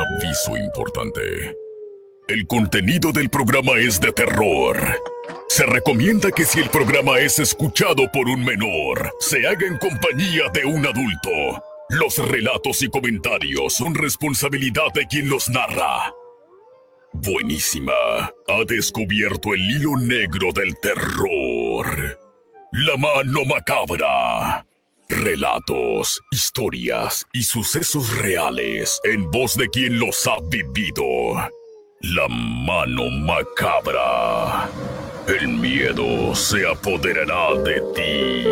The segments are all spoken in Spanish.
Aviso importante. El contenido del programa es de terror. Se recomienda que si el programa es escuchado por un menor, se haga en compañía de un adulto. Los relatos y comentarios son responsabilidad de quien los narra. Buenísima. Ha descubierto el hilo negro del terror. La mano macabra. Relatos, historias y sucesos reales en voz de quien los ha vivido. La mano macabra. El miedo se apoderará de ti.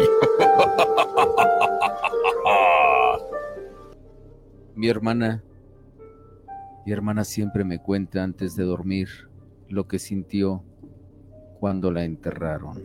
Mi hermana siempre me cuenta antes de dormir lo que sintió cuando la enterraron.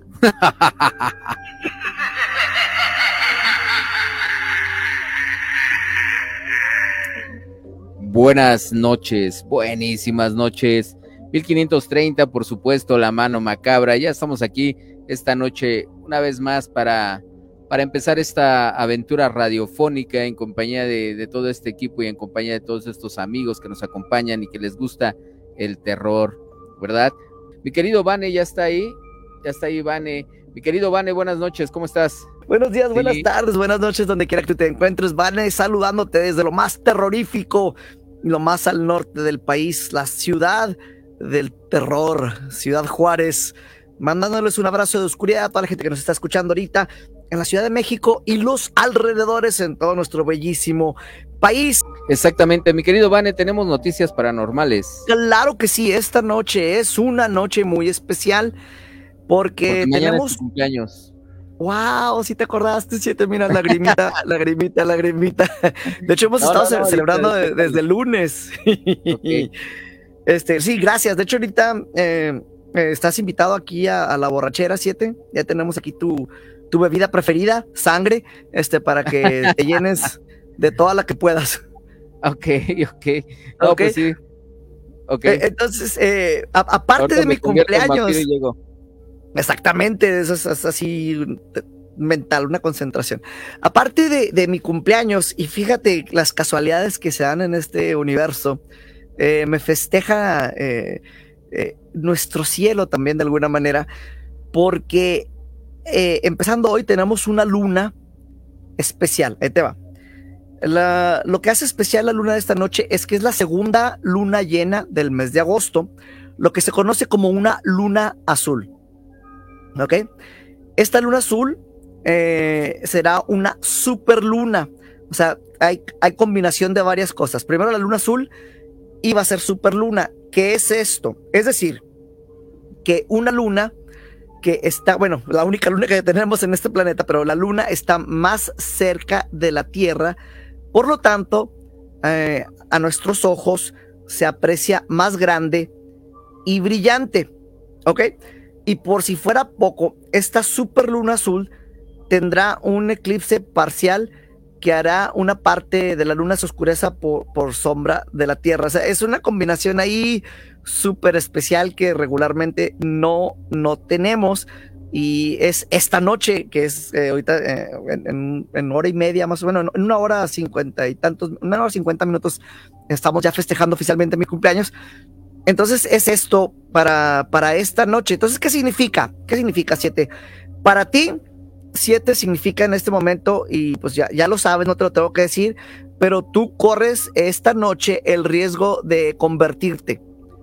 Buenas noches, buenísimas noches. 1530, por supuesto, la mano macabra. Ya estamos aquí esta noche una vez más para empezar esta aventura radiofónica en compañía de todo este equipo y en compañía de todos estos amigos que nos acompañan y que les gusta el terror, ¿verdad? Mi querido Vane ya está ahí Vane. Mi querido Vane, buenas noches, ¿cómo estás? Buenos días, buenas tardes, buenas noches, donde quiera que tú te encuentres. Vane, saludándote desde lo más terrorífico, lo más al norte del país, la ciudad del terror, Ciudad Juárez, mandándoles un abrazo de oscuridad a toda la gente que nos está escuchando ahorita en la Ciudad de México y los alrededores en todo nuestro bellísimo país. Exactamente, mi querido Vane, tenemos noticias paranormales. Claro que sí, esta noche es una noche muy especial porque tenemos es tu cumpleaños. Wow, si te acordaste, 7, mira, lagrimita. De hecho, hemos estado celebrando desde el lunes. Okay. Sí, gracias. De hecho, ahorita estás invitado aquí a la borrachera, 7. Ya tenemos aquí tu bebida preferida, sangre, para que te llenes de toda la que puedas. Ok. No, okay. Pues sí. Okay. Entonces, aparte de mi cumpleaños. Exactamente, eso es así mental, una concentración. Aparte de mi cumpleaños, y fíjate las casualidades que se dan en este universo, me festeja nuestro cielo también de alguna manera, porque empezando hoy tenemos una luna especial. Ahí te va. Lo que hace especial la luna de esta noche es que es la segunda luna llena del mes de agosto, lo que se conoce como una luna azul. ¿Ok? Esta luna azul será una superluna. O sea, hay combinación de varias cosas. Primero la luna azul y va a ser superluna. ¿Qué es esto? Es decir, que una luna que está, bueno, la única luna que tenemos en este planeta, pero la luna está más cerca de la Tierra. Por lo tanto, a nuestros ojos se aprecia más grande y brillante. ¿Ok? Y por si fuera poco, esta superluna azul tendrá un eclipse parcial que hará una parte de la luna se oscureza por sombra de la Tierra. O sea, es una combinación ahí súper especial que regularmente no tenemos. Y es esta noche, que es ahorita en hora y media más o menos, en 1 hora 50 y tantos, 1 hora 50 minutos, estamos ya festejando oficialmente mi cumpleaños. Entonces es esto para esta noche. Entonces, ¿qué significa? ¿Qué significa 7? Para ti, 7 significa en este momento, y pues ya lo sabes, no te lo tengo que decir, pero tú corres esta noche el riesgo de convertirte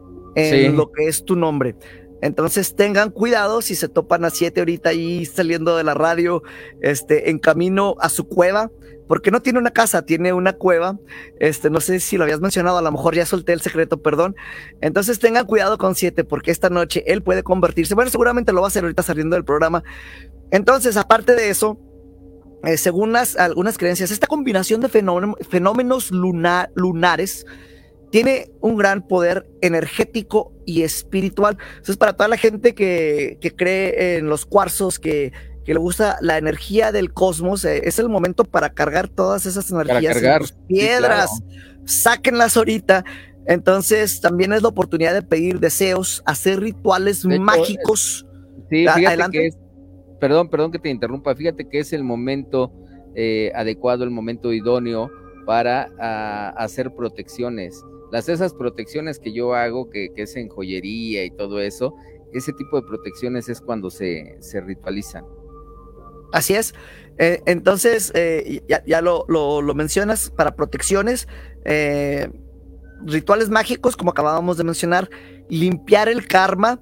en lo que es tu nombre. Entonces tengan cuidado si se topan a 7 ahorita ahí saliendo de la radio, en camino a su cueva, porque no tiene una casa, tiene una cueva. No sé si lo habías mencionado, a lo mejor ya solté el secreto, perdón. Entonces tengan cuidado con 7, porque esta noche él puede convertirse. Bueno, seguramente lo va a hacer ahorita saliendo del programa. Entonces, aparte de eso, según algunas creencias, esta combinación de fenómenos lunares tiene un gran poder energético y espiritual. Entonces, para toda la gente que cree en los cuarzos, que le gusta la energía del cosmos, es el momento para cargar todas esas energías en tus piedras. Sí, claro. Sáquenlas ahorita. Entonces, también es la oportunidad de pedir deseos, hacer rituales mágicos. Sí, fíjate adelante. Que es, perdón que te interrumpa, fíjate que es el momento adecuado, el momento idóneo para hacer protecciones. esas protecciones que yo hago, que es en joyería y todo eso, ese tipo de protecciones es cuando se ritualizan. Así es. Entonces, ya lo mencionas, para protecciones, rituales mágicos, como acabábamos de mencionar, limpiar el karma,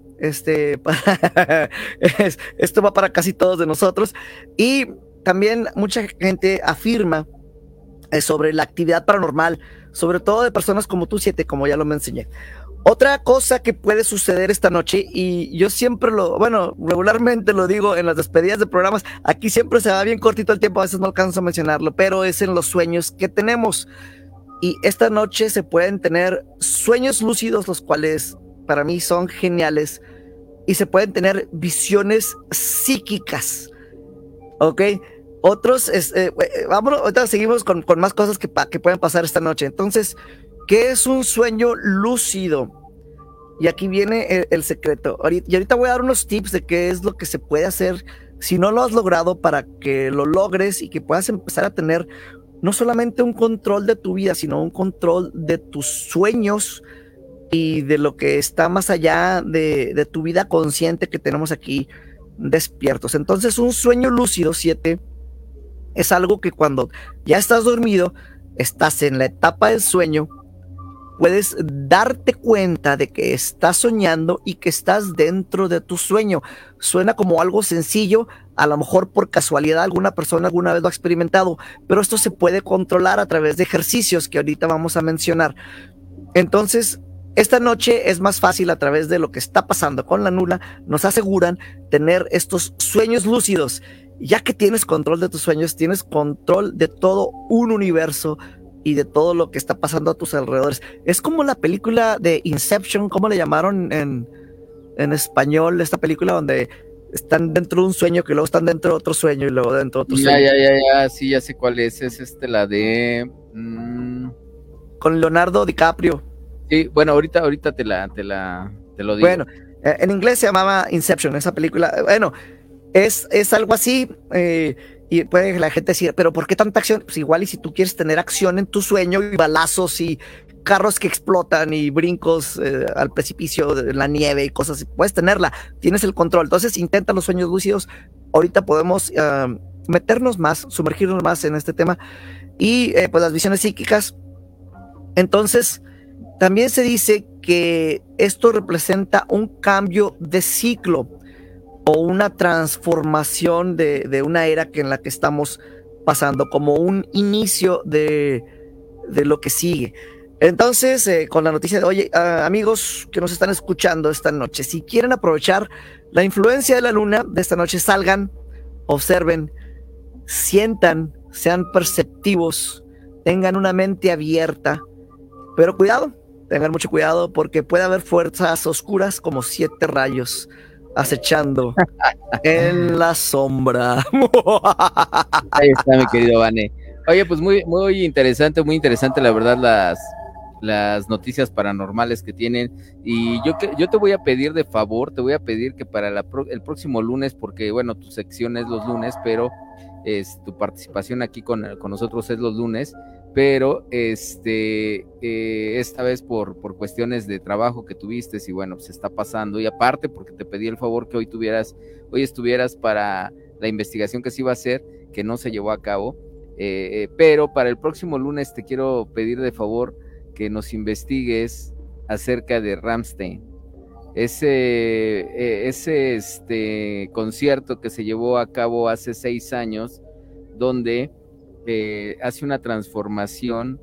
esto va para casi todos de nosotros, y también mucha gente afirma sobre la actividad paranormal, sobre todo de personas como tú, Siete, como ya lo me enseñé. Otra cosa que puede suceder esta noche, y yo siempre regularmente lo digo en las despedidas de programas, aquí siempre se va bien cortito el tiempo, a veces no alcanzo a mencionarlo, pero es en los sueños que tenemos. Y esta noche se pueden tener sueños lúcidos, los cuales para mí son geniales, y se pueden tener visiones psíquicas, ¿ok? Otros, vámonos, ahorita seguimos con más cosas que pueden pasar esta noche. Entonces, ¿qué es un sueño lúcido? Y aquí viene el secreto. Y ahorita voy a dar unos tips de qué es lo que se puede hacer si no lo has logrado, para que lo logres y que puedas empezar a tener no solamente un control de tu vida, sino un control de tus sueños y de lo que está más allá de tu vida consciente que tenemos aquí despiertos. Entonces, un sueño lúcido, 7, es algo que cuando ya estás dormido, estás en la etapa del sueño, puedes darte cuenta de que estás soñando y que estás dentro de tu sueño. Suena como algo sencillo, a lo mejor por casualidad alguna persona alguna vez lo ha experimentado, pero esto se puede controlar a través de ejercicios que ahorita vamos a mencionar. Entonces, esta noche es más fácil, a través de lo que está pasando con la nula, nos aseguran tener estos sueños lúcidos. Ya que tienes control de tus sueños, tienes control de todo un universo y de todo lo que está pasando a tus alrededores. Es como la película de Inception, ¿cómo le llamaron en español? Esta película donde están dentro de un sueño, que luego están dentro de otro sueño y luego dentro de otro sueño. Ya, sí, ya sé cuál es. Es la de... Con Leonardo DiCaprio. Sí, bueno, ahorita te lo digo. Bueno, en inglés se llamaba Inception, esa película. Bueno, es algo así, y puede la gente decir, pero ¿por qué tanta acción? Pues igual, y si tú quieres tener acción en tu sueño, y balazos y carros que explotan y brincos al precipicio de la nieve y cosas así, puedes tenerla, tienes el control. Entonces intenta los sueños lúcidos. Ahorita podemos meternos más, sumergirnos más en este tema, y pues las visiones psíquicas. Entonces también se dice que esto representa un cambio de ciclo o una transformación de una era en la que estamos pasando, como un inicio de lo que sigue. Entonces, con la noticia de, oye, amigos que nos están escuchando esta noche, si quieren aprovechar la influencia de la luna de esta noche, salgan, observen, sientan, sean perceptivos, tengan una mente abierta, pero cuidado, tengan mucho cuidado, porque puede haber fuerzas oscuras como 7 rayos acechando en la sombra. Ahí está, mi querido Vane. Oye, pues muy interesante, la verdad, las noticias paranormales que tienen. Y yo te voy a pedir de favor, que para el próximo lunes, porque bueno, tu sección es los lunes, pero tu participación aquí con nosotros es los lunes, pero esta vez por cuestiones de trabajo que tuviste, y bueno, se está pasando, y aparte porque te pedí el favor que hoy estuvieras para la investigación que se iba a hacer, que no se llevó a cabo, pero para el próximo lunes te quiero pedir de favor que nos investigues acerca de Rammstein, ese concierto que se llevó a cabo hace 6 años, donde hace una transformación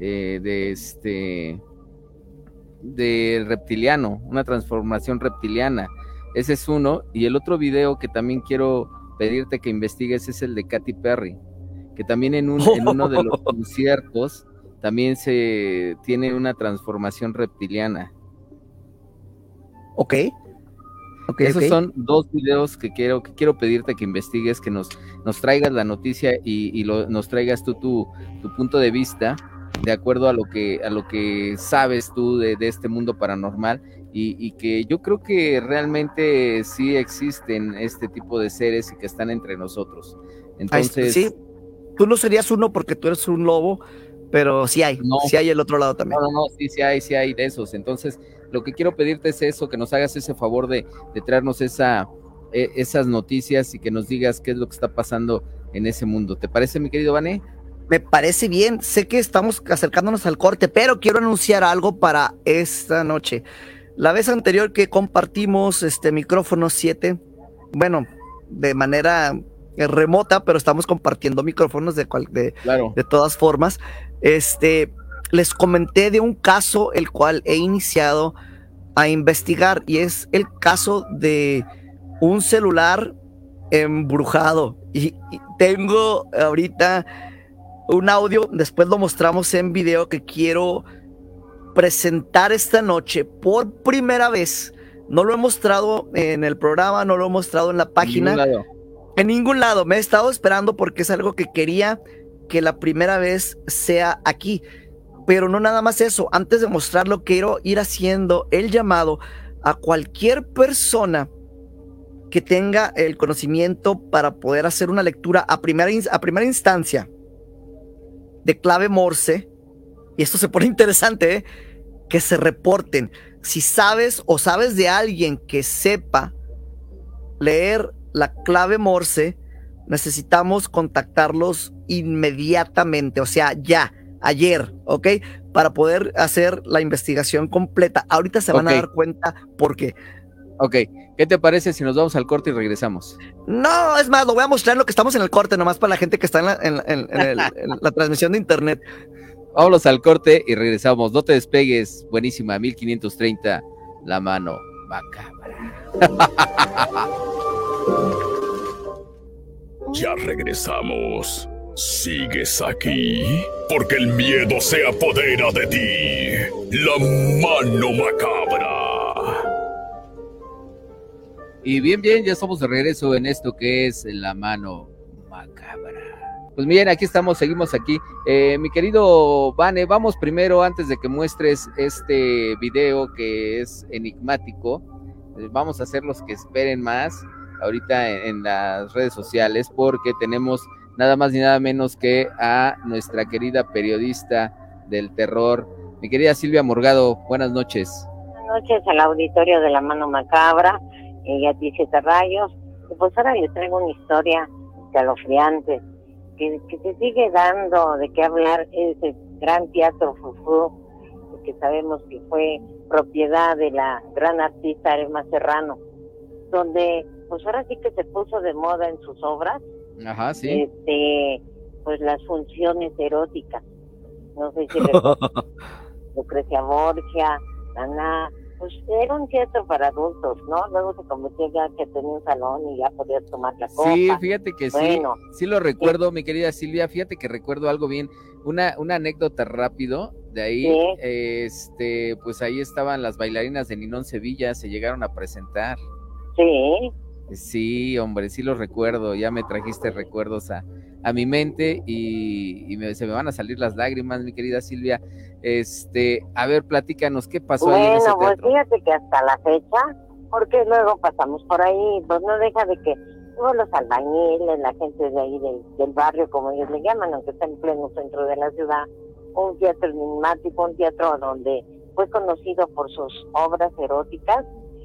de reptiliano, una transformación reptiliana. Ese es uno, y el otro video que también quiero pedirte que investigues es el de Katy Perry, que también en uno de los conciertos también se tiene una transformación reptiliana. Ok. Esos son 2 videos que quiero pedirte que investigues, que nos traigas la noticia y nos traigas tú tu punto de vista, de acuerdo a lo que sabes tú de este mundo paranormal, y que yo creo que realmente sí existen este tipo de seres y que están entre nosotros. Entonces, sí, tú no serías uno porque tú eres un lobo, pero sí No. hay el otro lado también. No, sí hay de esos. Entonces, lo que quiero pedirte es eso, que nos hagas ese favor de traernos esas noticias y que nos digas qué es lo que está pasando en ese mundo. ¿Te parece, mi querido Vané? Me parece bien, sé que estamos acercándonos al corte, pero quiero anunciar algo para esta noche. La vez anterior que compartimos este micrófono 7, bueno, de manera remota, pero estamos compartiendo micrófonos Claro. de todas formas. Les comenté de un caso el cual he iniciado a investigar, y es el caso de un celular embrujado. Y tengo ahorita un audio, después lo mostramos en video, que quiero presentar esta noche por primera vez. No lo he mostrado en el programa, no lo he mostrado en la página, en ningún lado. Me he estado esperando porque es algo que quería que la primera vez sea aquí. Pero no nada más eso, antes de mostrarlo quiero ir haciendo el llamado a cualquier persona que tenga el conocimiento para poder hacer una lectura a primera instancia de clave Morse, y esto se pone interesante, que se reporten. Si sabes o sabes de alguien que sepa leer la clave Morse, necesitamos contactarlos inmediatamente, o sea, ya, ayer, ¿ok? Para poder hacer la investigación completa. Ahorita se van a dar cuenta por qué. Ok, ¿qué te parece si nos vamos al corte y regresamos? No, es más, lo voy a mostrar lo que estamos en el corte, nomás para la gente que está en la transmisión de internet. Vámonos al corte y regresamos. No te despegues. Buenísima, 1530, la mano macabra. Ya regresamos. ¿Sigues aquí? Porque el miedo se apodera de ti. La mano macabra. Y bien, ya estamos de regreso en esto que es la mano macabra. Pues bien, aquí estamos, seguimos aquí. Mi querido Vane, vamos primero, antes de que muestres este video que es enigmático, vamos a hacer los que esperen más ahorita en las redes sociales, porque tenemos nada más ni nada menos que a nuestra querida periodista del terror, mi querida Silvia Morgado. Buenas noches. Buenas noches al auditorio de la mano macabra y a ti, Siete Rayos. Y pues ahora les traigo una historia escalofriante que se sigue dando de qué hablar. Ese gran teatro Fufú, que sabemos que fue propiedad de la gran artista Alma Serrano, donde pues ahora sí que se puso de moda en sus obras. Ajá, sí. Pues las funciones eróticas. No sé si Lucrecia Borgia, Ana, pues era un teatro para adultos, ¿no? Luego se convirtió ya que tenía un salón y ya podías tomar la copa. Sí, fíjate que bueno, sí lo recuerdo, mi querida Silvia. Fíjate que recuerdo algo bien, una anécdota rápido de ahí. ¿Sí? Pues ahí estaban las bailarinas de Ninón Sevilla, se llegaron a presentar. Sí. Sí, hombre, sí lo recuerdo. Ya me trajiste recuerdos a mi mente y se me van a salir las lágrimas, mi querida Silvia. A ver, platícanos, ¿qué pasó ahí en ese teatro? Bueno, pues fíjate que hasta la fecha, porque luego pasamos por ahí, pues no deja de que todos los albañiles, la gente de ahí del barrio, como ellos le llaman, aunque está en pleno centro de la ciudad, un teatro enigmático, un teatro donde fue conocido por sus obras eróticas,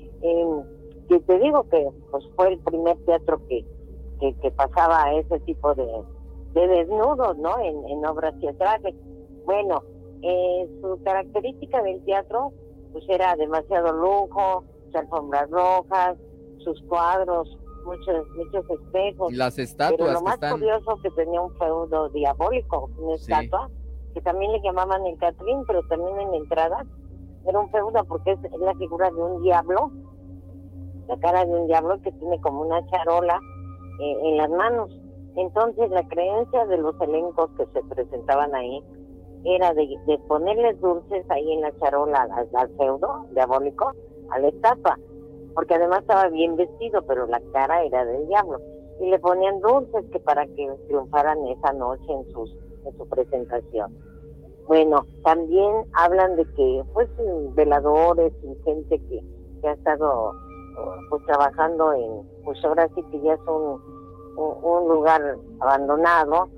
que te digo que pues fue el primer teatro que pasaba ese tipo de desnudos, ¿no? En obras teatrales. Bueno, su característica del teatro pues era demasiado lujo, sus alfombras rojas, sus cuadros, muchos espejos. Y las estatuas. Pero lo más curioso que tenía un feudo diabólico, una estatua, que también le llamaban el Catrín, pero también en la entrada era un feudo porque es la figura de un diablo, la cara de un diablo que tiene como una charola en las manos. Entonces la creencia de los elencos que se presentaban ahí era de ponerles dulces ahí en la charola al feudo diabólico, a la estatua, porque además estaba bien vestido, pero la cara era del diablo, y le ponían dulces que para que triunfaran esa noche en su presentación. Bueno, también hablan de que pues veladores y gente que ha estado pues trabajando en, pues ahora sí que ya es un lugar abandonado,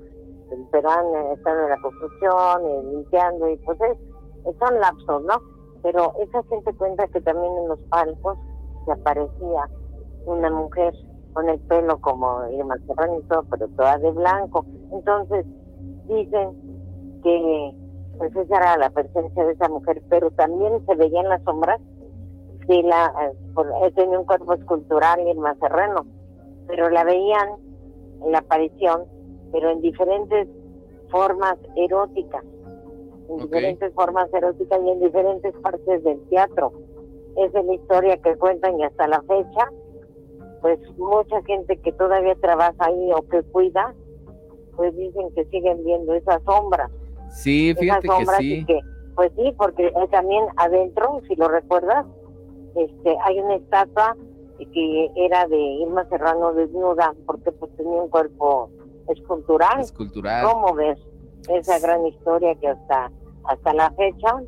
pero han estado en la construcción, limpiando, y pues son lapsos, ¿no? Pero esa gente cuenta que también en los palcos se aparecía una mujer con el pelo como Irma Serrano y todo, pero toda de blanco. Entonces dicen que pues esa era la presencia de esa mujer, pero también se veían las sombras de tenía un cuerpo escultural Irma Serrano, pero la veían en la aparición, pero en diferentes formas eróticas, diferentes formas eróticas y en diferentes partes del teatro. Esa es la historia que cuentan, y hasta la fecha pues mucha gente que todavía trabaja ahí o que cuida, pues dicen que siguen viendo esas sombras. Sí, fíjate esas sombras, que sí. Y que, pues sí, porque también adentro, si lo recuerdas, hay una estatua que era de Irma Serrano desnuda, porque pues tenía un cuerpo escultural. ¿Cómo ves esa gran historia que hasta la fecha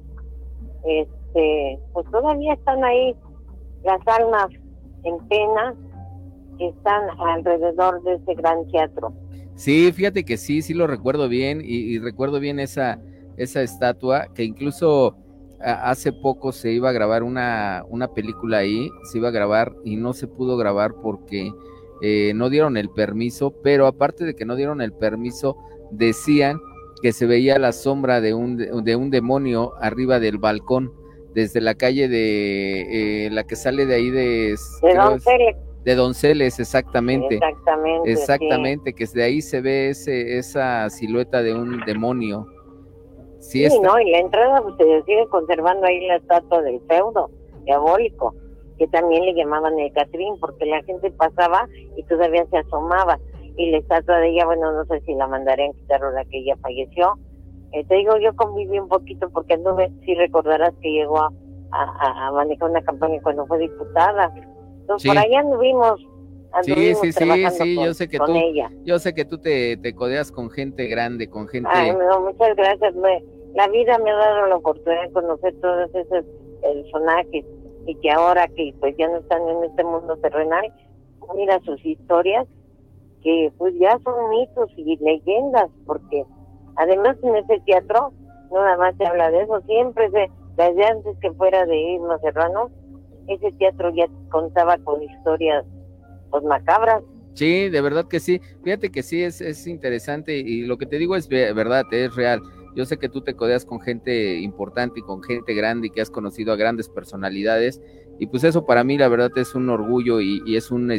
pues todavía están ahí las almas en pena que están alrededor de ese gran teatro? Sí, fíjate que sí lo recuerdo bien, y recuerdo bien esa estatua, que incluso hace poco se iba a grabar una película ahí, se iba a grabar y no se pudo grabar porque no dieron el permiso, pero aparte de que no dieron el permiso, decían que se veía la sombra de un demonio arriba del balcón, desde la calle de la que sale de ahí de Donceles. De Donceles, exactamente, sí. Que desde ahí se ve esa silueta de un demonio. Sí, no, y la entrada pues, se sigue conservando ahí la estatua del feudo diabólico, que también le llamaban el Catrín, porque la gente pasaba y todavía se asomaba, y la estatua de ella, bueno, no sé si la mandarían quitar ahora que ella falleció. Te digo, yo conviví un poquito porque anduve, si recordarás que llegó a manejar una campaña cuando fue diputada. Entonces por allá anduvimos trabajando yo sé que con ella. Yo sé que tú te codeas con gente grande, con gente... Ay, no, muchas gracias. La vida me ha dado la oportunidad de conocer todos esos personajes, y que ahora que pues ya no están en este mundo terrenal, mira sus historias, que pues ya son mitos y leyendas, porque además en ese teatro no nada más se habla de eso, siempre desde antes que fuera de Irma Serrano, ese teatro ya contaba con historias pues macabras. Sí, de verdad que sí. Fíjate que sí, es interesante, y lo que te digo es verdad, es real. Yo sé que tú te codeas con gente importante y con gente grande, y que has conocido a grandes personalidades, y pues eso para mí la verdad es un orgullo, y es un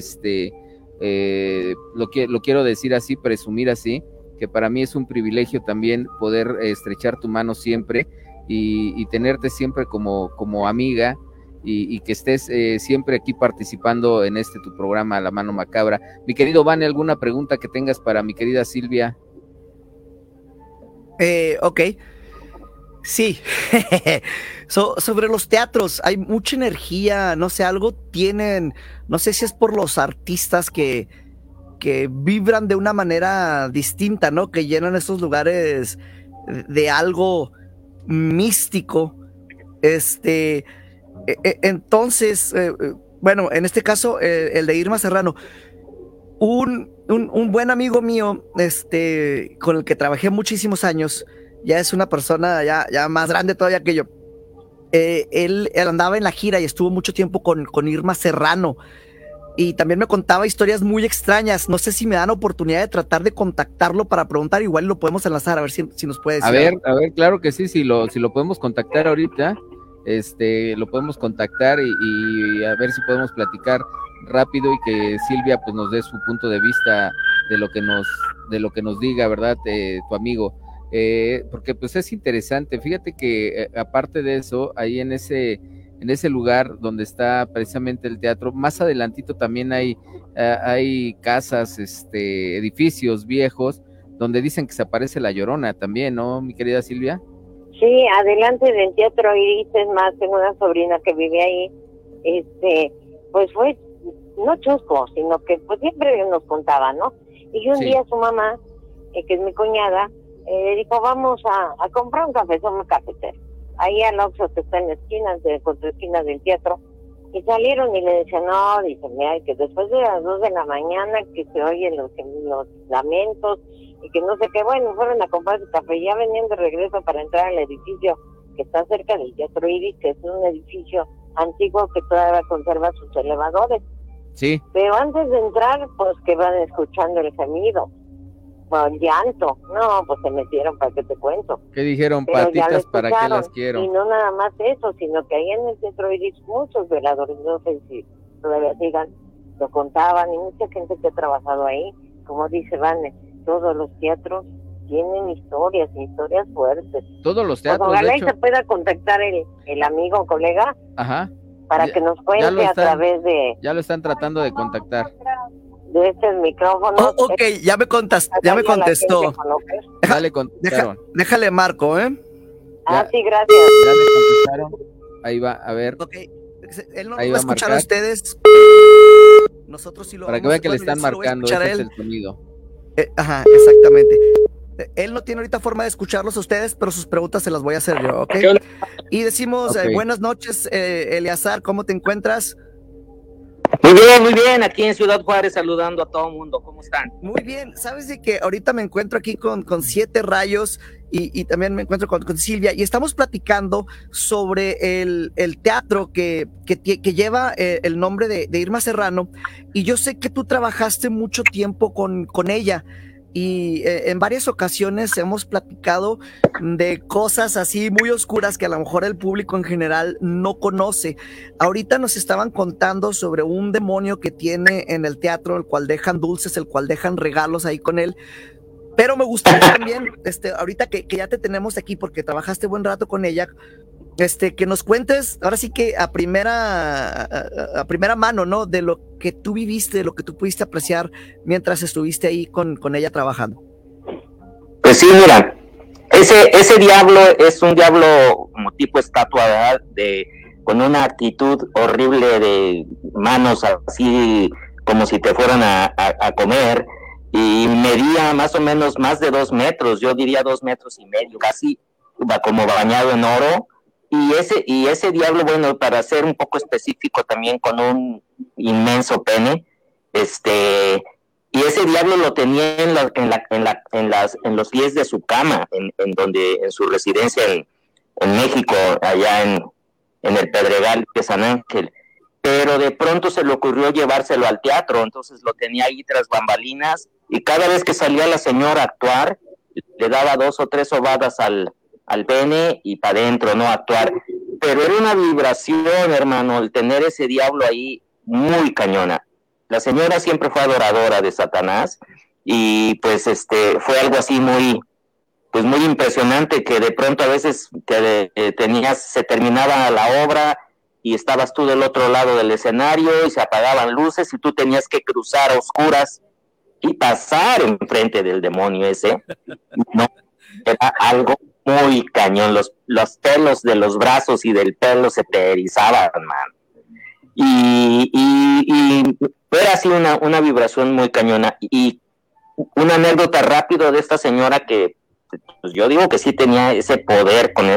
lo quiero decir así, presumir así, que para mí es un privilegio también poder estrechar tu mano siempre, y tenerte siempre como amiga, y que estés siempre aquí participando en tu programa La Mano Macabra. Mi querido Vane, ¿alguna pregunta que tengas para mi querida Silvia? Ok. Sí. Sobre los teatros, hay mucha energía, no sé, algo tienen, no sé si es por los artistas que vibran de una manera distinta, ¿no? Que llenan esos lugares de algo místico. Entonces, bueno, en este caso, el de Irma Serrano, un buen amigo mío, con el que trabajé muchísimos años, ya es una persona ya más grande todavía que yo. Él andaba en la gira y estuvo mucho tiempo con Irma Serrano, y también me contaba historias muy extrañas. No sé si me dan oportunidad de tratar de contactarlo para preguntar, igual lo podemos enlazar, a ver si nos puede decir. A ver, claro que sí, si lo podemos contactar ahorita, lo podemos contactar y a ver si podemos platicar rápido, y que Silvia pues nos dé su punto de vista de lo que nos diga, ¿verdad? Tu amigo, porque pues es interesante. Fíjate que aparte de eso, ahí en ese lugar donde está precisamente el teatro, más adelantito también hay casas, edificios viejos, donde dicen que se aparece la Llorona también, ¿no, mi querida Silvia? Sí, adelante del Teatro Iris, es más, tengo una sobrina que vive ahí, pues fue, no chusco, sino que pues siempre nos contaba, ¿no? Y un día su mamá, que es mi cuñada, le dijo, vamos a comprar un café, somos cafeteros, ahí al Oxxo que está en la esquina, contra esquina del teatro, y salieron y le decían, no, dice, mira, que después de las 2 de la mañana que se oyen los lamentos, y que no sé qué, bueno, fueron a comprar su café, ya venían de regreso para entrar al edificio que está cerca del Teatro Iris, que es un edificio antiguo que todavía conserva sus elevadores. Sí. Pero antes de entrar, pues que van escuchando el gemido, o el llanto. No, pues se metieron, para que te cuento. ¿Qué dijeron? Pero Patitas, ¿para qué las quiero? Y no nada más eso, sino que ahí en el Teatro Iris muchos veladores, no sé si todavía sigan, lo contaban, y mucha gente que ha trabajado ahí, como dice Vane, todos los teatros tienen historias fuertes. Todos los teatros, pues ojalá de y hecho. se pueda contactar el amigo, colega, Ajá. para que nos cuente a través de... Ya lo están tratando de contactar. De este micrófono. Ok, ya me contestó. Ya le contestaron. Déjale marco, Sí, gracias. Ya le contestaron. Ahí va, a ver. Ok, él no Ahí lo va a escuchar a ustedes. Nosotros sí lo para que vean que le están marcando, ese es el sonido. Ajá, exactamente. Él no tiene ahorita forma de escucharlos a ustedes, pero sus preguntas se las voy a hacer yo, ¿ok? Y decimos, buenas noches, Eleazar, ¿cómo te encuentras? Muy bien, aquí en Ciudad Juárez saludando a todo el mundo, ¿cómo están? Muy bien, sabes de que ahorita me encuentro aquí con 7 rayos y también me encuentro con Silvia y estamos platicando sobre el teatro que lleva el nombre de Irma Serrano, y yo sé que tú trabajaste mucho tiempo con ella. Y en varias ocasiones hemos platicado de cosas así muy oscuras que a lo mejor el público en general no conoce. Ahorita nos estaban contando sobre un demonio que tiene en el teatro, el cual dejan dulces, el cual dejan regalos ahí con él. Pero me gustaría también, ahorita que ya te tenemos aquí porque trabajaste buen rato con ella, que nos cuentes, ahora sí que a primera mano, ¿no? De lo que tú viviste, de lo que tú pudiste apreciar mientras estuviste ahí con ella trabajando. Pues sí, mira, ese diablo es un diablo como tipo estatua, ¿verdad? Con una actitud horrible de manos así como si te fueran a comer, y medía más o menos más de 2 metros, yo diría 2,5 metros, casi como bañado en oro. Y ese diablo, bueno, para ser un poco específico, también con un inmenso pene, y ese diablo lo tenía en los pies de su cama, en su residencia en México, allá en el Pedregal de San Ángel. Pero de pronto se le ocurrió llevárselo al teatro, entonces lo tenía ahí tras bambalinas, y cada vez que salía la señora a actuar, le daba 2 o 3 sobadas al pene y para adentro, ¿no? Actuar. Pero era una vibración, hermano, el tener ese diablo ahí muy cañona. La señora siempre fue adoradora de Satanás, y pues fue algo así muy impresionante, que de pronto a veces se terminaba la obra y estabas tú del otro lado del escenario y se apagaban luces y tú tenías que cruzar a oscuras y pasar enfrente del demonio ese. No, era algo muy cañón. Los pelos de los brazos y del pelo se te erizaban, man. Y era así una vibración muy cañona. Y una anécdota rápido de esta señora que pues yo digo que sí tenía ese poder con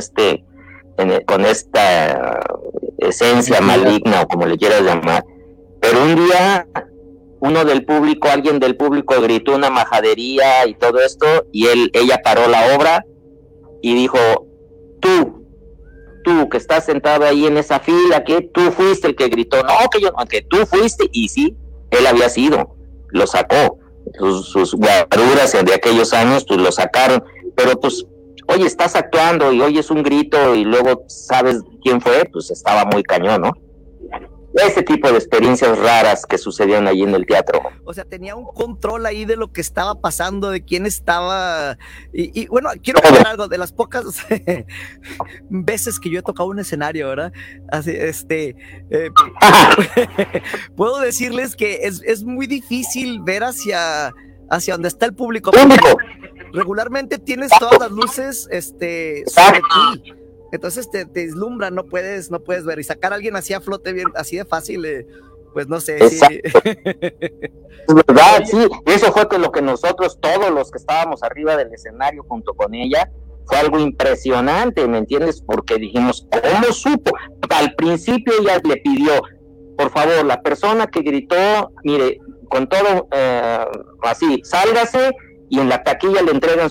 esta esencia maligna, o como le quieras llamar. Pero un día alguien del público gritó una majadería y todo esto, y ella paró la obra y dijo: tú que estás sentado ahí en esa fila, que tú fuiste el que gritó. No, que tú fuiste. Y sí, él había sido, lo sacó, sus guaruras de aquellos años, pues lo sacaron. Pero pues, oye, estás actuando y oyes un grito y luego sabes quién fue, pues estaba muy cañón, ¿no? Ese tipo de experiencias raras que sucedieron allí en el teatro. O sea, tenía un control ahí de lo que estaba pasando, de quién estaba. Y bueno, quiero contar algo de las pocas veces que yo he tocado un escenario, ¿verdad? Así, puedo decirles que es muy difícil ver hacia donde está el público. Regularmente tienes todas las luces sobre ti. Entonces te deslumbra, no puedes ver, y sacar a alguien así a flote bien, así de fácil, pues no sé. Sí. Es verdad, sí, eso fue con lo que nosotros, todos los que estábamos arriba del escenario junto con ella, fue algo impresionante, ¿me entiendes? Porque dijimos, ¿cómo supo? Al principio ella le pidió, por favor, la persona que gritó, mire, con todo así, sálgase y en la taquilla le entregan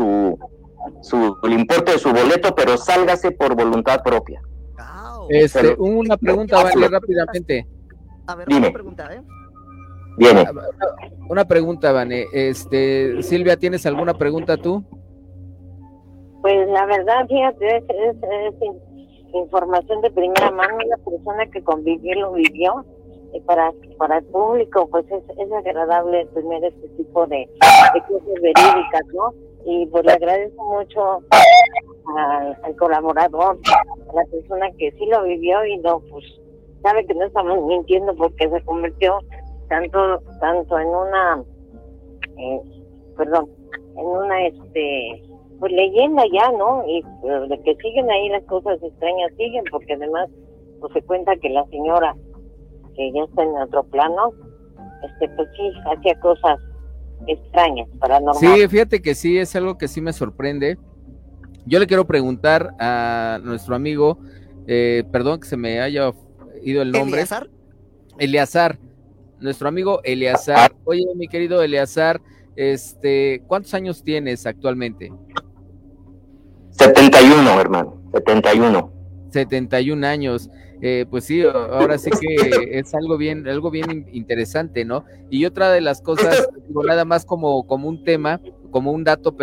el importe de su boleto, pero sálgase por voluntad propia. Una pregunta, Vane, rápidamente. A ver, Dime. una pregunta, ¿eh? Viene. Una pregunta, Vane. Silvia, ¿tienes alguna pregunta tú? Pues la verdad, fíjate, es información de primera mano, la persona que convivió lo vivió, y para el público pues es agradable tener este tipo de cosas verídicas, ¿no? Y pues le agradezco mucho al colaborador, a la persona que sí lo vivió y no, pues sabe que no estamos mintiendo, porque se convirtió tanto en una pues leyenda ya, ¿no? Y de que siguen ahí las cosas extrañas, siguen, porque además pues se cuenta que la señora, que ya está en otro plano, pues sí, hacía cosas extrañas, paranormales. Sí, fíjate que sí, es algo que sí me sorprende. Yo le quiero preguntar a nuestro amigo, perdón que se me haya ido el nombre. Eleazar, nuestro amigo Eleazar. Oye, mi querido Eleazar, ¿cuántos años tienes actualmente? 71, hermano, 71. 71 años. Pues sí, ahora sí que es algo bien interesante, ¿no? Y otra de las cosas, digo, nada más como un tema, como un dato,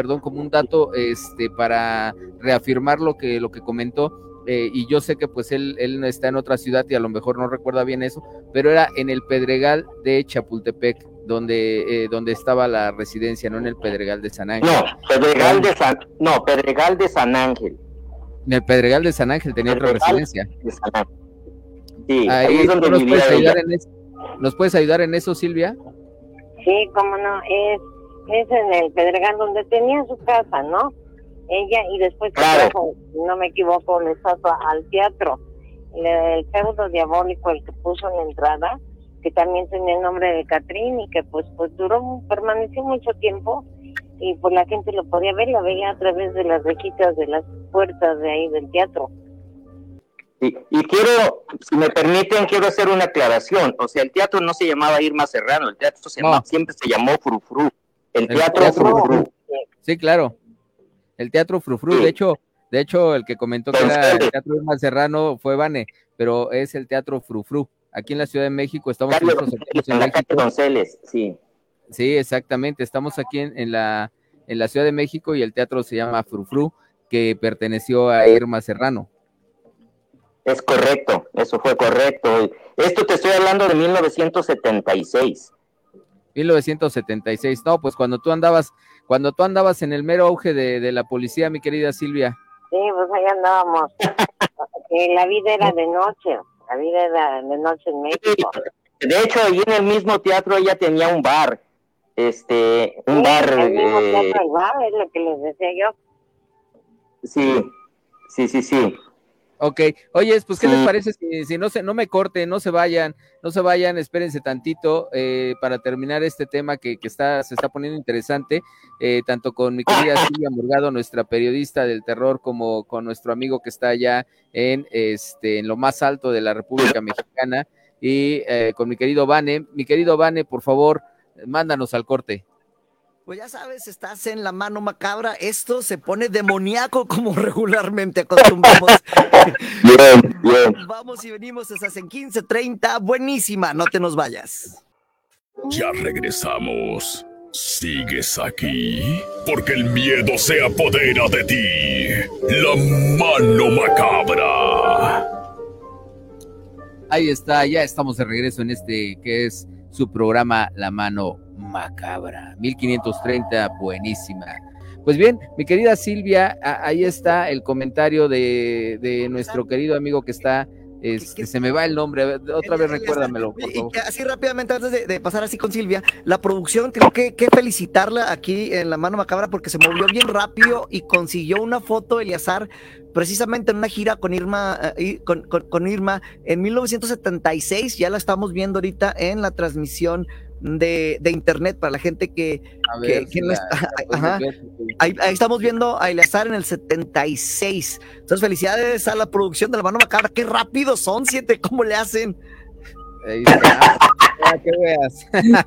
para reafirmar lo que comentó, y yo sé que pues él está en otra ciudad y a lo mejor no recuerda bien eso, pero era en el Pedregal de Chapultepec, donde estaba la residencia, no en el Pedregal de San Ángel. Pedregal de San Ángel. En el Pedregal de San Ángel tenía otra residencia. Sí, ahí es donde nos vivía puedes ella. ayudar en eso. ¿Nos puedes ayudar en eso, Silvia? Sí, cómo no, es en el Pedregal donde tenía su casa, ¿no? Ella, y después trajo, no me equivoco, la estatua al teatro, el feudo diabólico, el que puso en la entrada, que también tenía el nombre de Catrín, y que pues permaneció mucho tiempo, y pues la gente lo podía ver, la veía a través de las rejitas de las puertas de ahí del teatro. Sí, y si me permiten, quiero hacer una aclaración. O sea, el teatro no se llamaba Irma Serrano, el teatro siempre se llamó Frufru. El teatro Frufru. Sí, claro. El teatro Frufru. Sí. De hecho, el que comentó que era el teatro Irma Serrano fue Vane, pero es el teatro Frufru. Aquí en la Ciudad de México estamos en México. Donceles, sí. Sí, exactamente. Estamos aquí en la Ciudad de México y el teatro se llama Frufru, que perteneció a Irma Serrano. Es correcto, eso fue correcto. Esto te estoy hablando de 1976. 1976, no, pues cuando tú andabas en el mero auge de la policía, mi querida Silvia. Sí, pues ahí andábamos. La vida era de noche, en México. De hecho, ahí en el mismo teatro ella tenía un bar, un bar. El mismo teatro, el bar, es lo que les decía yo. Sí. Ok, oye, pues ¿qué les parece si no me corten, no se vayan, espérense tantito para terminar este tema que se está poniendo interesante, tanto con mi querida Silvia Morgado, nuestra periodista del terror, como con nuestro amigo que está allá en lo más alto de la República Mexicana, y con mi querido Vane. Mi querido Vane, por favor, mándanos al corte. Pues ya sabes, estás en La Mano Macabra, esto se pone demoníaco como regularmente acostumbramos. Bien. Vamos y venimos, estás en 15:30, buenísima, no te nos vayas. Ya regresamos. ¿Sigues aquí? Porque el miedo se apodera de ti. La Mano Macabra. Ahí está, ya estamos de regreso en que es su programa La Mano Macabra, 1530, buenísima. Pues bien, mi querida Silvia, ahí está el comentario de nuestro querido amigo que está, se me va el nombre, otra vez recuérdamelo, por favor. Y así rápidamente, antes de pasar así con Silvia, la producción, creo que felicitarla aquí en La Mano Macabra, porque se movió bien rápido y consiguió una foto, Eleazar, precisamente en una gira con Irma, con Irma en 1976, ya la estamos viendo ahorita en la transmisión de internet para la gente que no está. Ajá. Ahí estamos viendo a Eleazar en el 76. Entonces, felicidades a la producción de La Mano Macabra. Qué rápido son, 7, ¿cómo le hacen? Ahí está, para que veas.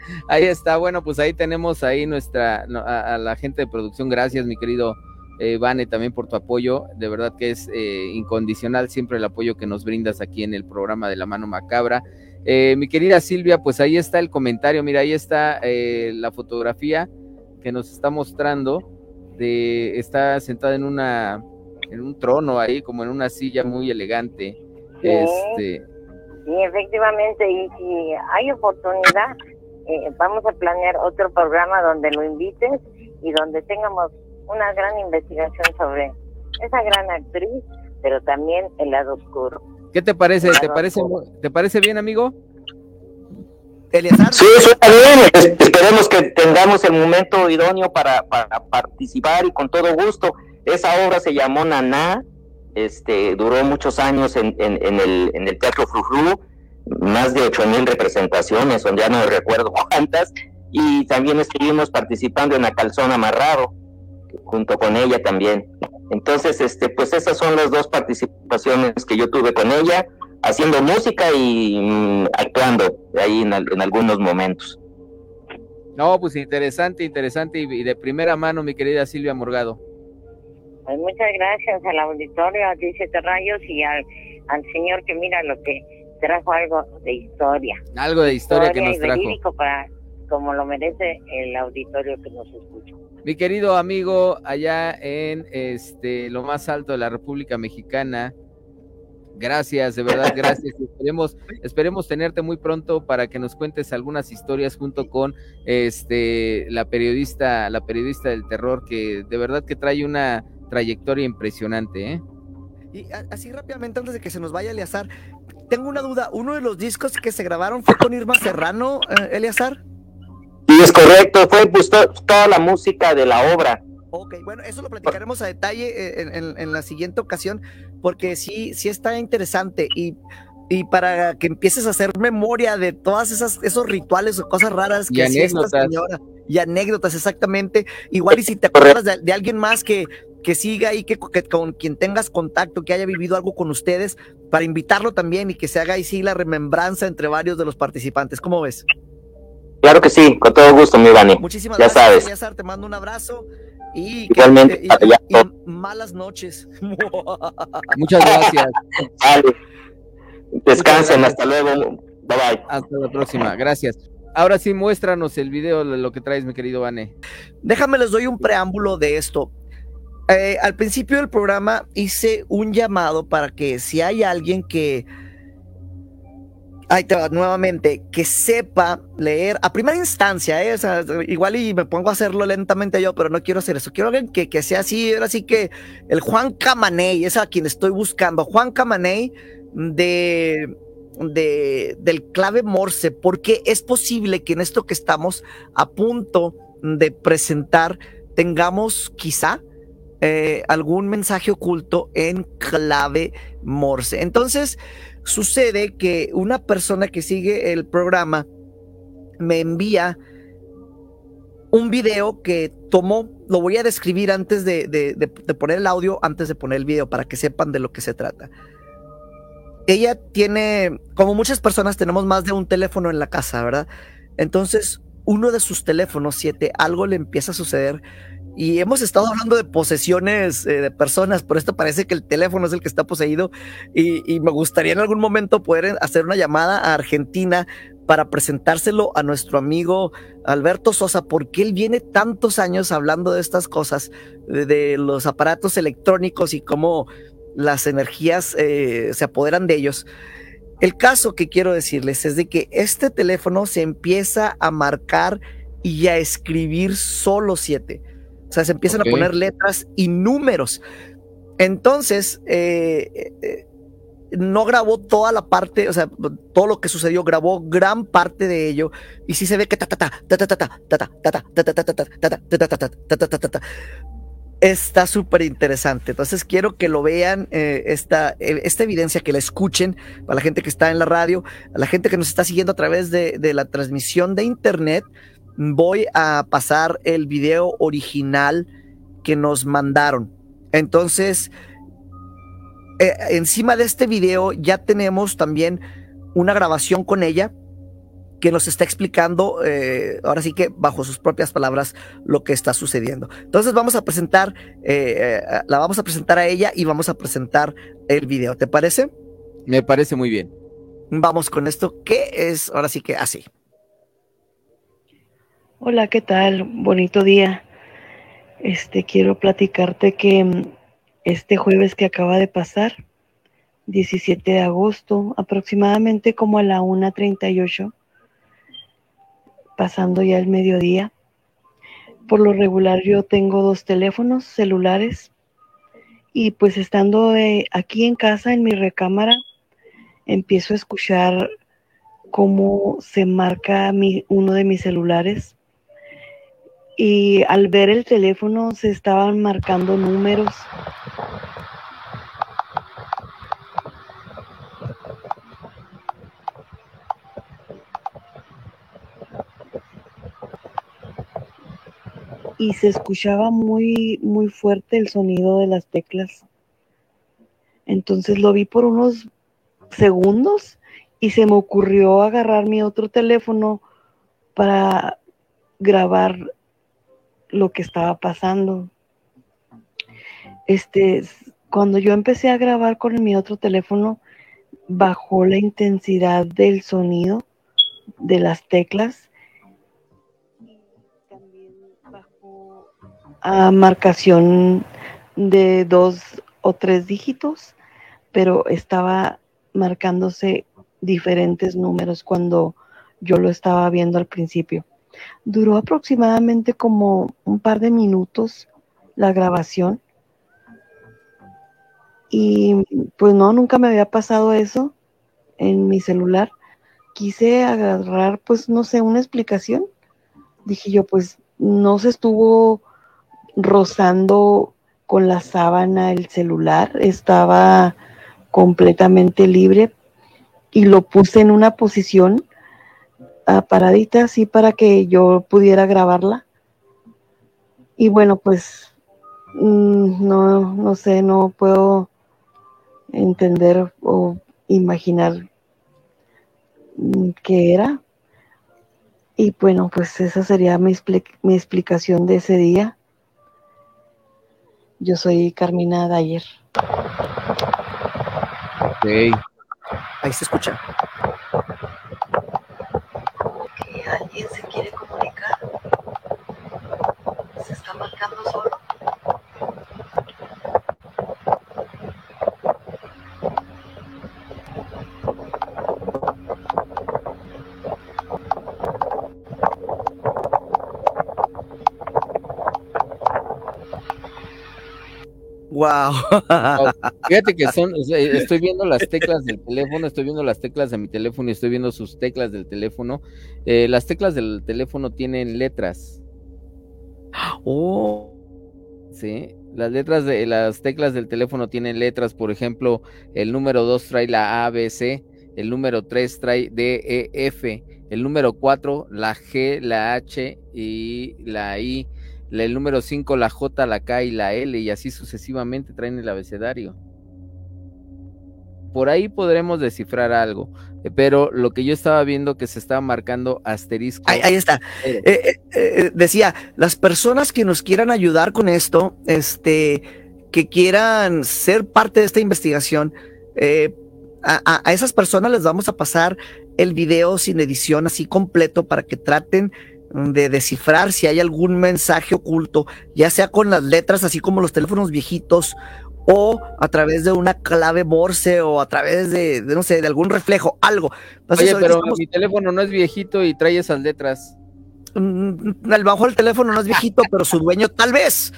Ahí está, bueno, pues ahí tenemos ahí a la gente de producción. Gracias, mi querido Vane, también por tu apoyo. De verdad que es incondicional siempre el apoyo que nos brindas aquí en el programa de La Mano Macabra. Mi querida Silvia, pues ahí está el comentario, mira, ahí está la fotografía que nos está mostrando, está sentada en un trono ahí, como en una silla muy elegante. Sí, sí, efectivamente, y si hay oportunidad, vamos a planear otro programa donde lo invites y donde tengamos una gran investigación sobre esa gran actriz, pero también el lado oscuro. ¿Qué te parece? ¿Te parece bien, amigo? Eleazar. Sí, suena bien. Esperemos que tengamos el momento idóneo para participar y con todo gusto. Esa obra se llamó Naná, duró muchos años en el Teatro Frufru, más de 8,000 representaciones, o ya no recuerdo cuántas, y también estuvimos participando en A Calzón Amarrado, junto con ella también. Entonces, pues esas son las dos participaciones que yo tuve con ella, haciendo música y actuando ahí en algunos momentos. No, pues interesante y de primera mano, mi querida Silvia Morgado. Pues muchas gracias al auditorio, a Siete Rayos y al señor que mira lo que trajo algo de historia. Algo de historia que nos trajo. Verídico como lo merece el auditorio que nos escucha. Mi querido amigo, allá en lo más alto de la República Mexicana, gracias, de verdad, gracias. Esperemos tenerte muy pronto para que nos cuentes algunas historias junto con la periodista del terror, que de verdad que trae una trayectoria impresionante, ¿eh? Y así rápidamente, antes de que se nos vaya Eleazar, tengo una duda. ¿Uno de los discos que se grabaron fue con Irma Serrano, Eleazar? Sí, es correcto, fue pues toda la música de la obra. Ok, bueno, eso lo platicaremos a detalle en la siguiente ocasión, porque sí está interesante, y para que empieces a hacer memoria de todas esos rituales o cosas raras que hacía esta señora, y anécdotas, exactamente. Igual y si te acuerdas de alguien más que siga ahí, que con quien tengas contacto, que haya vivido algo con ustedes, para invitarlo también y que se haga ahí sí la remembranza entre varios de los participantes. ¿Cómo ves? Claro que sí, con todo gusto, mi Vani. Muchísimas ya gracias, sabes. Eleazar, te mando un abrazo y igualmente y malas noches. Muchas gracias. Vale. Descansen, gracias. Hasta luego. Bye bye. Hasta la próxima, gracias. Ahora sí, muéstranos el video de lo que traes, mi querido Vane. Déjame, les doy un preámbulo de esto. Al principio del programa hice un llamado para que si hay alguien que nuevamente, que sepa leer a primera instancia, o sea, igual y me pongo a hacerlo lentamente yo, pero no quiero hacer eso. Quiero alguien que sea así, ahora sí que el Juan Camaney, es a quien estoy buscando, Juan Camaney del clave Morse, porque es posible que en esto que estamos a punto de presentar tengamos quizá algún mensaje oculto en clave Morse. Entonces sucede que una persona que sigue el programa me envía un video que tomó, lo voy a describir antes de poner el audio, antes de poner el video, para que sepan de lo que se trata. Ella tiene, como muchas personas, tenemos más de un teléfono en la casa, ¿verdad? Entonces, uno de sus teléfonos, 7, algo le empieza a suceder. Y hemos estado hablando de posesiones de personas, pero esto parece que el teléfono es el que está poseído, y me gustaría en algún momento poder hacer una llamada a Argentina para presentárselo a nuestro amigo Alberto Sosa, porque él viene tantos años hablando de estas cosas, de los aparatos electrónicos y cómo las energías se apoderan de ellos. El caso que quiero decirles es de que este teléfono se empieza a marcar y a escribir solo 7. O sea, se empiezan a poner letras y números. Entonces, no grabó toda la parte, o sea, todo lo que sucedió, grabó gran parte de ello, y sí se ve que está súper interesante. Entonces quiero que lo vean, esta evidencia, que la escuchen, para la gente que está en la radio, a la gente que nos está siguiendo a través de la transmisión de internet. Voy a pasar el video original que nos mandaron. Entonces, encima de este video ya tenemos también una grabación con ella, que nos está explicando, ahora sí que bajo sus propias palabras, lo que está sucediendo. Entonces vamos a presentar, la vamos a presentar a ella y vamos a presentar el video. ¿Te parece? Me parece muy bien. Vamos con esto, que es ahora sí que así. Hola, ¿qué tal? Bonito día. Quiero platicarte que este jueves que acaba de pasar, 17 de agosto, aproximadamente como a la 1:38, pasando ya el mediodía. Por lo regular yo tengo 2 teléfonos celulares y pues estando aquí en casa, en mi recámara, empiezo a escuchar cómo se marca uno de mis celulares. Y al ver el teléfono se estaban marcando números. Y se escuchaba muy, muy fuerte el sonido de las teclas. Entonces lo vi por unos segundos y se me ocurrió agarrar mi otro teléfono para grabar lo que estaba pasando. Cuando yo empecé a grabar con mi otro teléfono, bajó la intensidad del sonido de las teclas y también bajó a marcación de 2 o 3 dígitos, pero estaba marcándose diferentes números cuando yo lo estaba viendo al principio. Duró aproximadamente como un par de minutos la grabación y pues no, nunca me había pasado eso en mi celular. Quise agarrar, pues no sé, una explicación. Dije yo, pues no se estuvo rozando con la sábana el celular, estaba completamente libre y lo puse en una posición paradita así para que yo pudiera grabarla. Y bueno, pues no sé, no puedo entender o imaginar qué era. Y bueno, pues esa sería mi explicación de ese día. Yo soy Carmina Dyer. Ok. Ahí se escucha. Que alguien se quiere comunicar. Se está marcando solo. Wow. Fíjate que estoy viendo las teclas del teléfono, estoy viendo las teclas de mi teléfono y estoy viendo sus teclas del teléfono. Las teclas del teléfono tienen letras. Oh. Sí, las teclas del teléfono tienen letras. Por ejemplo, el número 2 trae la A, B, C, el número 3 trae D, E, F, el número 4 la G, la H y la I, el número 5 la J, la K y la L, y así sucesivamente traen el abecedario. Por ahí podremos descifrar algo, pero lo que yo estaba viendo que se estaba marcando asterisco. Ahí está. Decía, las personas que nos quieran ayudar con esto, que quieran ser parte de esta investigación, a esas personas les vamos a pasar el video sin edición así completo para que traten de descifrar si hay algún mensaje oculto, ya sea con las letras así como los teléfonos viejitos, o a través de una clave Morse, o a través de no sé, de algún reflejo, algo. Entonces, oye, pero mi teléfono no es viejito y trae esas letras. A lo mejor el teléfono no es viejito, pero su dueño tal vez.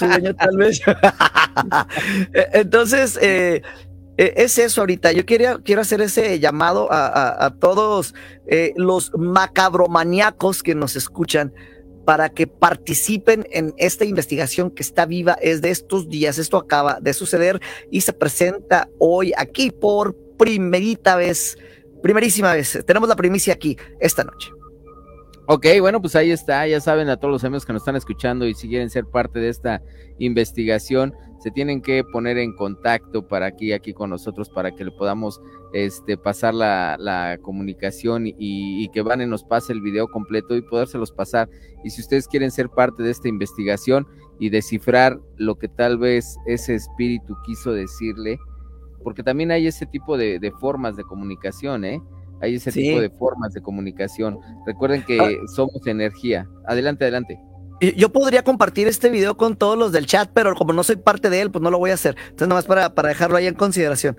Entonces, es eso ahorita. Yo quiero hacer ese llamado a todos los macabromaníacos que nos escuchan, para que participen en esta investigación que está viva, es de estos días. Esto acaba de suceder y se presenta hoy aquí por primerísima vez. Tenemos la primicia aquí esta noche. Ok, bueno, pues ahí está. Ya saben, a todos los amigos que nos están escuchando y si quieren ser parte de esta investigación, se tienen que poner en contacto para aquí con nosotros, para que le podamos pasar la comunicación y que Vane nos pase el video completo y podérselos pasar. Y si ustedes quieren ser parte de esta investigación y descifrar lo que tal vez ese espíritu quiso decirle, porque también hay ese tipo de formas de comunicación, hay ese tipo de formas de comunicación. Recuerden que somos energía. Adelante. Yo podría compartir este video con todos los del chat, pero como no soy parte de él, pues no lo voy a hacer. Entonces, nomás para dejarlo ahí en consideración.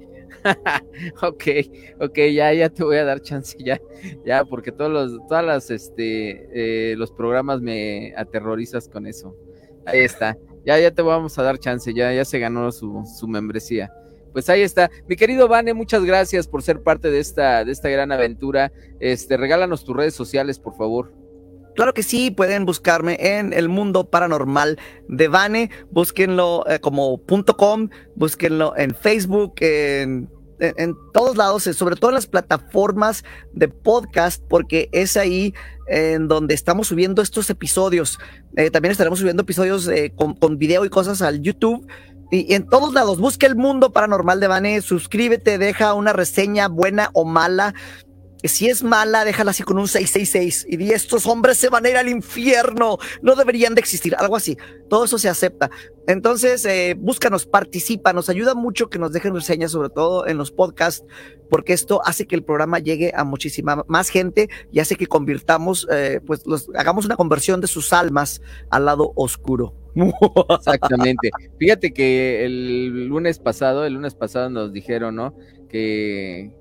Ok, ya te voy a dar chance, ya, porque los programas me aterrorizas con eso. Ahí está, ya te vamos a dar chance, ya se ganó su membresía. Pues ahí está, mi querido Vane, muchas gracias por ser parte de esta gran aventura. Regálanos tus redes sociales, por favor. Claro que sí, pueden buscarme en El Mundo Paranormal de Vane, búsquenlo como .com, búsquenlo en Facebook, en todos lados, sobre todo en las plataformas de podcast, porque es ahí en donde estamos subiendo estos episodios. También estaremos subiendo episodios con video y cosas al YouTube. Y en todos lados, busca El Mundo Paranormal de Vane, suscríbete, deja una reseña buena o mala. Si es mala, déjala así con un 666 y di, estos hombres se van a ir al infierno, no deberían de existir, algo así. Todo eso se acepta. Entonces, búscanos, participa, nos ayuda mucho que nos dejen reseñas, sobre todo en los podcasts, porque esto hace que el programa llegue a muchísima más gente y hace que convirtamos, hagamos una conversión de sus almas al lado oscuro. Exactamente. Fíjate que el lunes pasado nos dijeron, ¿no? Que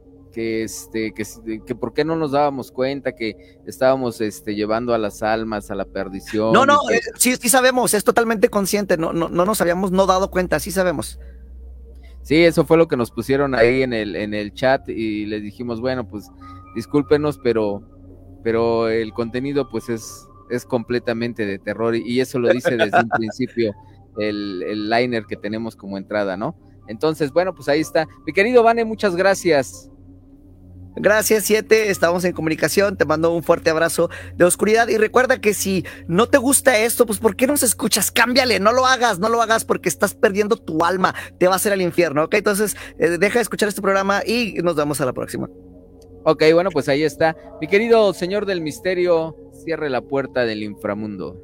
por qué no nos dábamos cuenta que estábamos llevando a las almas a la perdición. No, sí sabemos, es totalmente consciente, no nos habíamos dado cuenta, sí sabemos. Sí, eso fue lo que nos pusieron ahí en el chat y les dijimos, bueno, pues discúlpenos, pero el contenido pues es completamente de terror y eso lo dice desde un principio el liner que tenemos como entrada, ¿no? Entonces, bueno, pues ahí está. Mi querido Vane, muchas gracias. Gracias, 7, estamos en comunicación, te mando un fuerte abrazo de oscuridad y recuerda que si no te gusta esto, pues ¿por qué nos escuchas? Cámbiale, no lo hagas porque estás perdiendo tu alma, te va a hacer al infierno, ¿ok? Entonces deja de escuchar este programa y nos vemos a la próxima. Ok, bueno, pues ahí está. Mi querido señor del misterio, cierre la puerta del inframundo.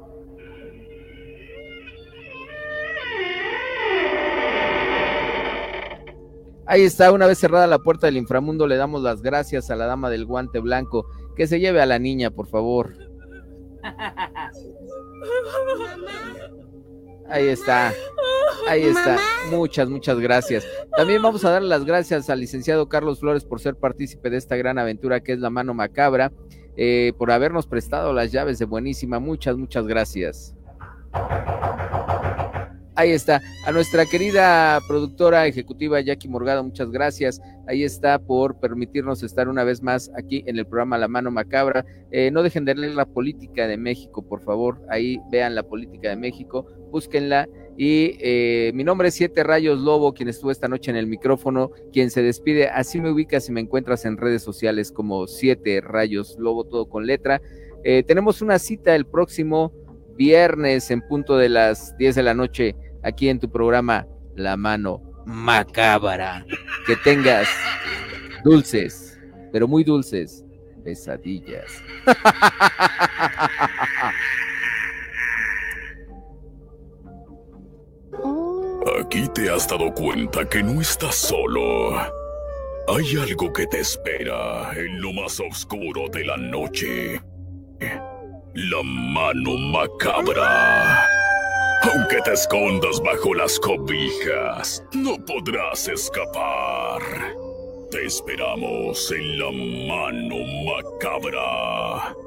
Ahí está, una vez cerrada la puerta del inframundo, le damos las gracias a la dama del guante blanco. Que se lleve a la niña, por favor. Ahí está. Muchas gracias. También vamos a dar las gracias al licenciado Carlos Flores por ser partícipe de esta gran aventura que es La Mano Macabra, por habernos prestado las llaves de Buenísima. Muchas gracias. Ahí está, a nuestra querida productora ejecutiva Jackie Morgado, muchas gracias. Ahí está por permitirnos estar una vez más aquí en el programa La Mano Macabra. No dejen de leer la política de México, por favor. Ahí vean la política de México, búsquenla. Y mi nombre es 7 Rayos Lobo, quien estuvo esta noche en el micrófono, quien se despide. Así me ubicas y me encuentras en redes sociales como 7 Rayos Lobo, todo con letra. Tenemos una cita el próximo viernes en punto de las 10 de la noche aquí en tu programa La Mano Macabra. Que tengas dulces, pero muy dulces, pesadillas. Aquí te has dado cuenta que no estás solo. Hay algo que te espera en lo más oscuro de la noche. La Mano Macabra. Aunque te escondas bajo las cobijas, no podrás escapar. Te esperamos en La Mano Macabra.